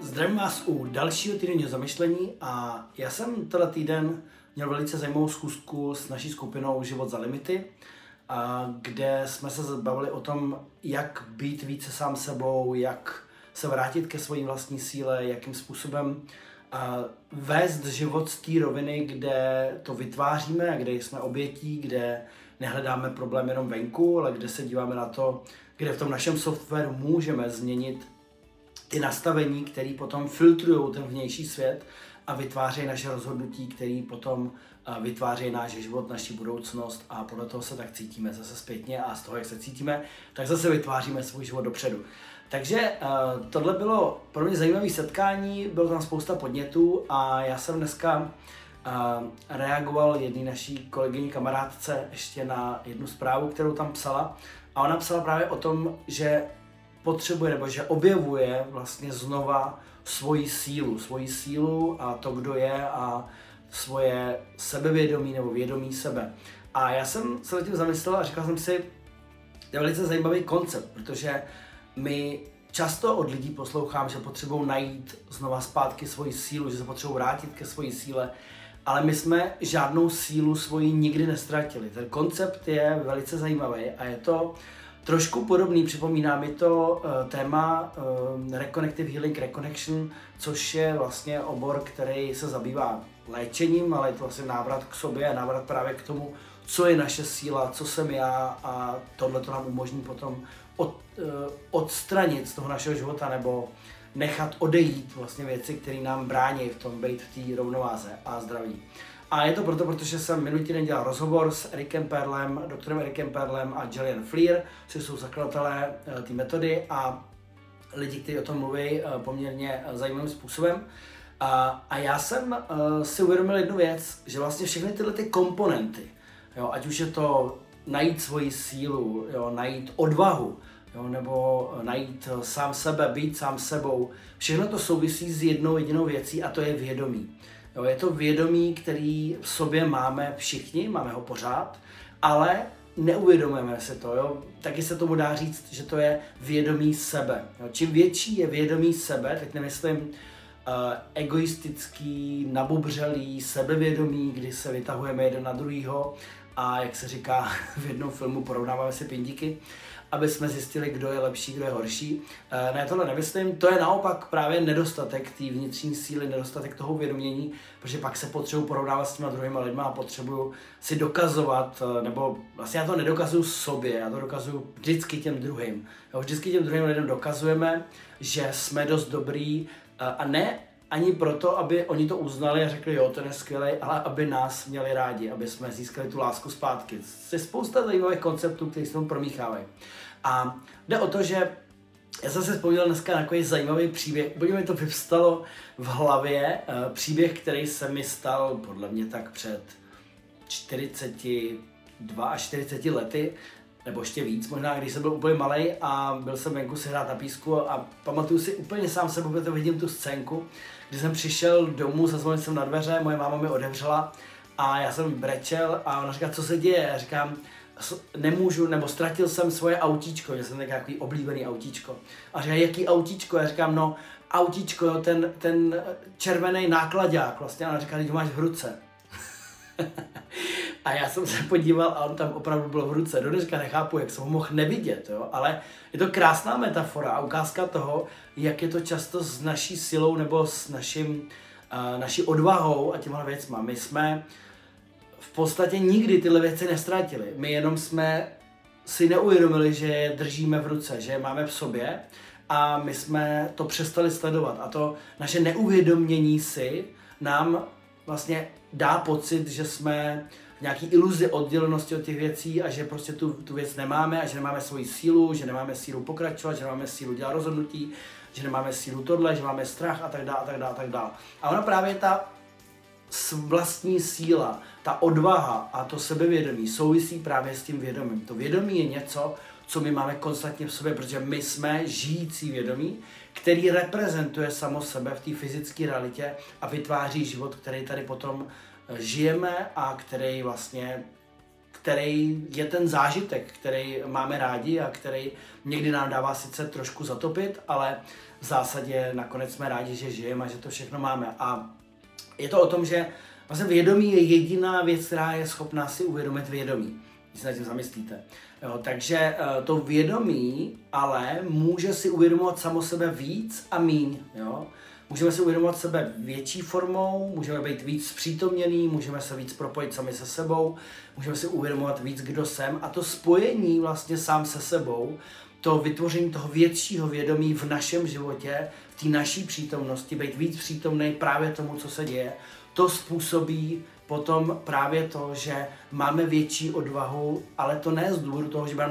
Zdravím vás u dalšího týdenního zamyšlení a já jsem tenhle týden měl velice zajímavou schůzku s naší skupinou Život za limity, kde jsme se bavili o tom, jak být více sám sebou, jak se vrátit ke své vlastní síle, jakým způsobem vést život z té roviny, kde to vytváříme a kde jsme obětí, kde nehledáme problém jenom venku, ale kde se díváme na to, kde v tom našem softwaru můžeme změnit ty nastavení, které potom filtrují ten vnější svět a vytvářejí naše rozhodnutí, které potom vytvářejí náš život, naši budoucnost a podle toho se tak cítíme zase zpětně a z toho, jak se cítíme, tak zase vytváříme svůj život dopředu. Takže tohle bylo pro mě zajímavé setkání, bylo tam spousta podnětů a já jsem dneska reagoval jedné naší kolegyni kamarádce ještě na jednu zprávu, kterou tam psala a ona psala právě o tom, že potřebuje nebo že objevuje vlastně znova svoji sílu a to, kdo je a svoje sebevědomí nebo vědomí sebe. A já jsem se nad tím zamyslel a říkal jsem si, to je velice zajímavý koncept, protože my často od lidí poslouchám, že potřebují najít znova zpátky svoji sílu, že se potřebují vrátit ke svoji síle, ale my jsme žádnou sílu svoji nikdy nestratili. Ten koncept je velice zajímavý a je to trošku podobný, připomíná mi to téma Reconnective Healing Reconnection, což je vlastně obor, který se zabývá léčením, ale je to vlastně návrat k sobě a návrat právě k tomu, co je naše síla, co jsem já a tohle to nám umožní potom odstranit z toho našeho života nebo nechat odejít vlastně věci, které nám brání v tom být v té rovnováze a zdraví. A je to proto, protože jsem minulý týden dělal rozhovor s doktorem Erikem Perlem a Gillian Fleer, což jsou zakladatelé té metody a lidi, kteří o tom mluví poměrně zajímavým způsobem. A já jsem si uvědomil jednu věc, že vlastně všechny tyhle ty komponenty, jo, ať už je to najít svoji sílu, jo, najít odvahu, jo, nebo najít sám sebe, být sám sebou, všechno to souvisí s jednou jedinou věcí a to je vědomí. Jo, je to vědomí, který v sobě máme všichni, máme ho pořád, ale neuvědomujeme si to. Jo? Taky se tomu dá říct, že to je vědomí sebe. Jo? Čím větší je vědomí sebe, teď nemyslím egoistický, nabubřelý, sebevědomí, kdy se vytahujeme jeden na druhýho a jak se říká v jednom filmu, porovnáváme si pindíky, aby jsme zjistili, kdo je lepší, kdo je horší. Ne, tohle nemyslím, to je naopak právě nedostatek té vnitřní síly, nedostatek toho uvědomění, protože pak se potřebuji porovnávat s těma druhýma lidma a potřebuju si dokazovat, nebo vlastně já to nedokazuju sobě, já to dokazuju vždycky těm druhým. Jo, vždycky těm druhým lidem dokazujeme, že jsme dost dobrý a ne ani proto, aby oni to uznali a řekli, jo, ten je skvělý, ale aby nás měli rádi, aby jsme získali tu lásku zpátky. Je spousta zajímavých konceptů, které se tomu promíchávají. A jde o to, že já jsem se vzpomněl dneska na takový zajímavý příběh, úplně mi to vyvstalo v hlavě, příběh, který se mi stal podle mě tak před 42 až 40 lety, nebo ještě víc, možná když jsem byl úplně malej a byl jsem venku si hrát na písku a pamatuju si úplně sám sebou, protože vidím tu scénku, kdy jsem přišel domů, zazvonil jsem na dveře, moje máma mi otevřela a já jsem brečel a ona říká, co se děje? Já říkám, nemůžu, nebo ztratil jsem svoje autíčko, že jsem takový oblíbený autíčko. A říká, jaký autíčko? Já říkám, no autíčko, jo, ten červený nákladák vlastně. A ona říká, ty ho máš v ruce. A já jsem se podíval a on tam opravdu byl v ruce. Do dneška nechápu, jak jsem ho mohl nevidět, jo? Ale je to krásná metafora a ukázka toho, jak je to často s naší silou nebo s naší odvahou a těma věcma. My jsme v podstatě nikdy tyhle věci nestratili. My jenom jsme si neuvědomili, že je držíme v ruce, že je máme v sobě a my jsme to přestali sledovat. A to naše neuvědomění si nám vlastně dá pocit, že jsme v nějaký iluzi oddělenosti od těch věcí a že prostě tu věc nemáme a že nemáme svoji sílu, že nemáme sílu pokračovat, že nemáme sílu dělat rozhodnutí, že nemáme sílu tohle, že máme strach a tak dále, a tak dále, a tak dále. A ona právě ta vlastní síla, ta odvaha a to sebevědomí souvisí právě s tím vědomím. To vědomí je něco, co my máme konstantně v sobě, protože my jsme žijící vědomí, který reprezentuje samo sebe v té fyzické realitě a vytváří život, který tady potom žijeme a který který je ten zážitek, který máme rádi a který někdy nám dává sice trošku zatopit, ale v zásadě nakonec jsme rádi, že žijeme a že to všechno máme. A je to o tom, že vlastně vědomí je jediná věc, která je schopná si uvědomit vědomí, když se nad tím zamyslíte. Jo, takže to vědomí ale může si uvědomovat samo sebe víc a míň. Jo? Můžeme si uvědomovat sebe větší formou, můžeme být víc zpřítomněný, můžeme se víc propojit sami se sebou, můžeme si uvědomovat víc, kdo jsem, a to spojení vlastně sám se sebou, to vytvoření toho většího vědomí v našem životě, v té naší přítomnosti, být víc přítomný právě tomu, co se děje, to způsobí potom právě to, že máme větší odvahu, ale to ne z důvodu toho, že by nám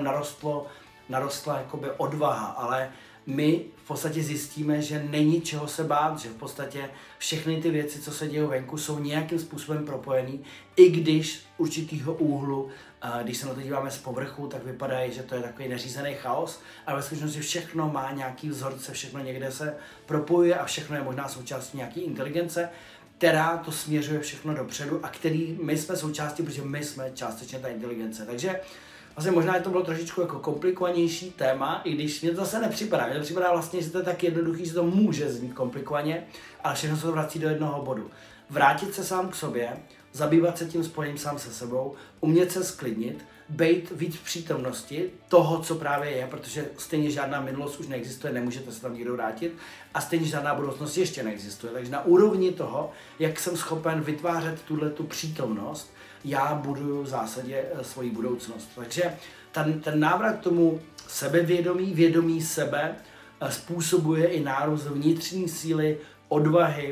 narostla jakoby odvaha, ale my v podstatě zjistíme, že není čeho se bát, že v podstatě všechny ty věci, co se dějí venku, jsou nějakým způsobem propojený, i když z určitýho úhlu, když se na to díváme z povrchu, tak vypadá, že to je takový neřízený chaos, ale ve skutečnosti všechno má nějaký vzorce, všechno někde se propojuje a všechno je možná součástí nějaké inteligence, která to směřuje všechno dopředu a který my jsme součástí, protože my jsme částečně ta inteligence. Takže vlastně možná to bylo trošičku jako komplikovanější téma, i když mě to zase nepřipadá. Mně to připadá vlastně, že to je tak jednoduchý, že to může znít komplikovaně, ale všechno se to vrací do jednoho bodu. Vrátit se sám k sobě, zabývat se tím spojením sám se sebou, umět se sklidnit, být víc v přítomnosti toho, co právě je, protože stejně žádná minulost už neexistuje, nemůžete se tam nikdo vrátit a stejně žádná budoucnost ještě neexistuje. Takže na úrovni toho, jak jsem schopen vytvářet tu přítomnost, já buduju v zásadě svoji budoucnost. Takže ten návrat k tomu sebevědomí, vědomí sebe způsobuje i nárůst vnitřní síly, odvahy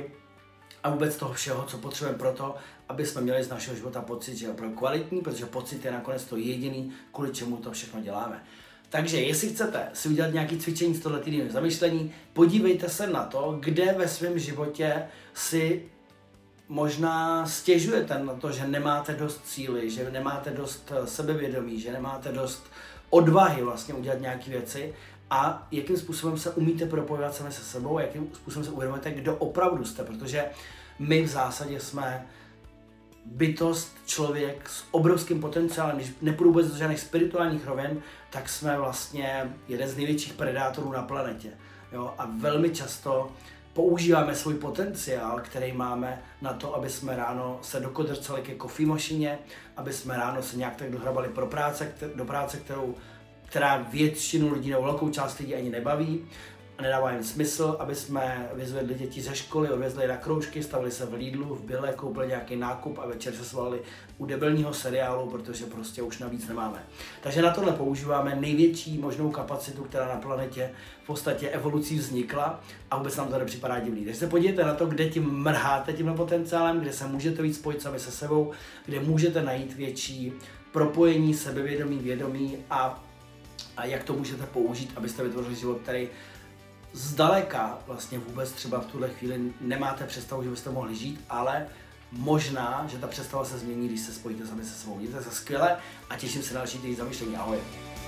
a vůbec toho všeho, co potřebujeme pro to, aby jsme měli z našeho života pocit, že je opravdu kvalitní, protože pocit je nakonec to jediný, kvůli čemu to všechno děláme. Takže jestli chcete si udělat nějaké cvičení z tohle týdenního zamyšlení, podívejte se na to, kde ve svém životě si možná stěžujete na to, že nemáte dost síly, že nemáte dost sebevědomí, že nemáte dost odvahy vlastně udělat nějaké věci a jakým způsobem se umíte propojovat sami se sebou a jakým způsobem se uvědomujete, kdo opravdu jste, protože my v zásadě jsme bytost, člověk s obrovským potenciálem. Když nepůjdu vůbec do žádných spirituálních rovin, tak jsme vlastně jeden z největších predátorů na planetě. Jo? A velmi často používáme svůj potenciál, který máme na to, aby jsme ráno se dokodrcali ke coffee mašině, aby jsme ráno se nějak tak dohrabali do práce, která většinu lidí nebo velkou část lidí ani nebaví a nedává jim smysl, aby jsme vyzvedli děti ze školy, odvezli na kroužky, stavili se v Lidlu, v Bille, koupili nějaký nákup a večer se svalili u debilního seriálu, protože prostě už navíc nemáme. Takže na tohle používáme největší možnou kapacitu, která na planetě v podstatě evolucí vznikla a vůbec nám to nepřipadá divný. Takže se podívejte na to, kde tím mrháte tímhle potenciálem, kde se můžete víc spojit sami se sebou, kde můžete najít větší propojení, sebevědomí, vědomí a jak to můžete použít, abyste vytvořili život, který zdaleka vlastně vůbec třeba v tuhle chvíli nemáte představu, že byste mohli žít, ale možná, že ta představa se změní, když se spojíte sami se sebou. Mějte se skvěle a těším se na další týden zamyšlení. Ahoj.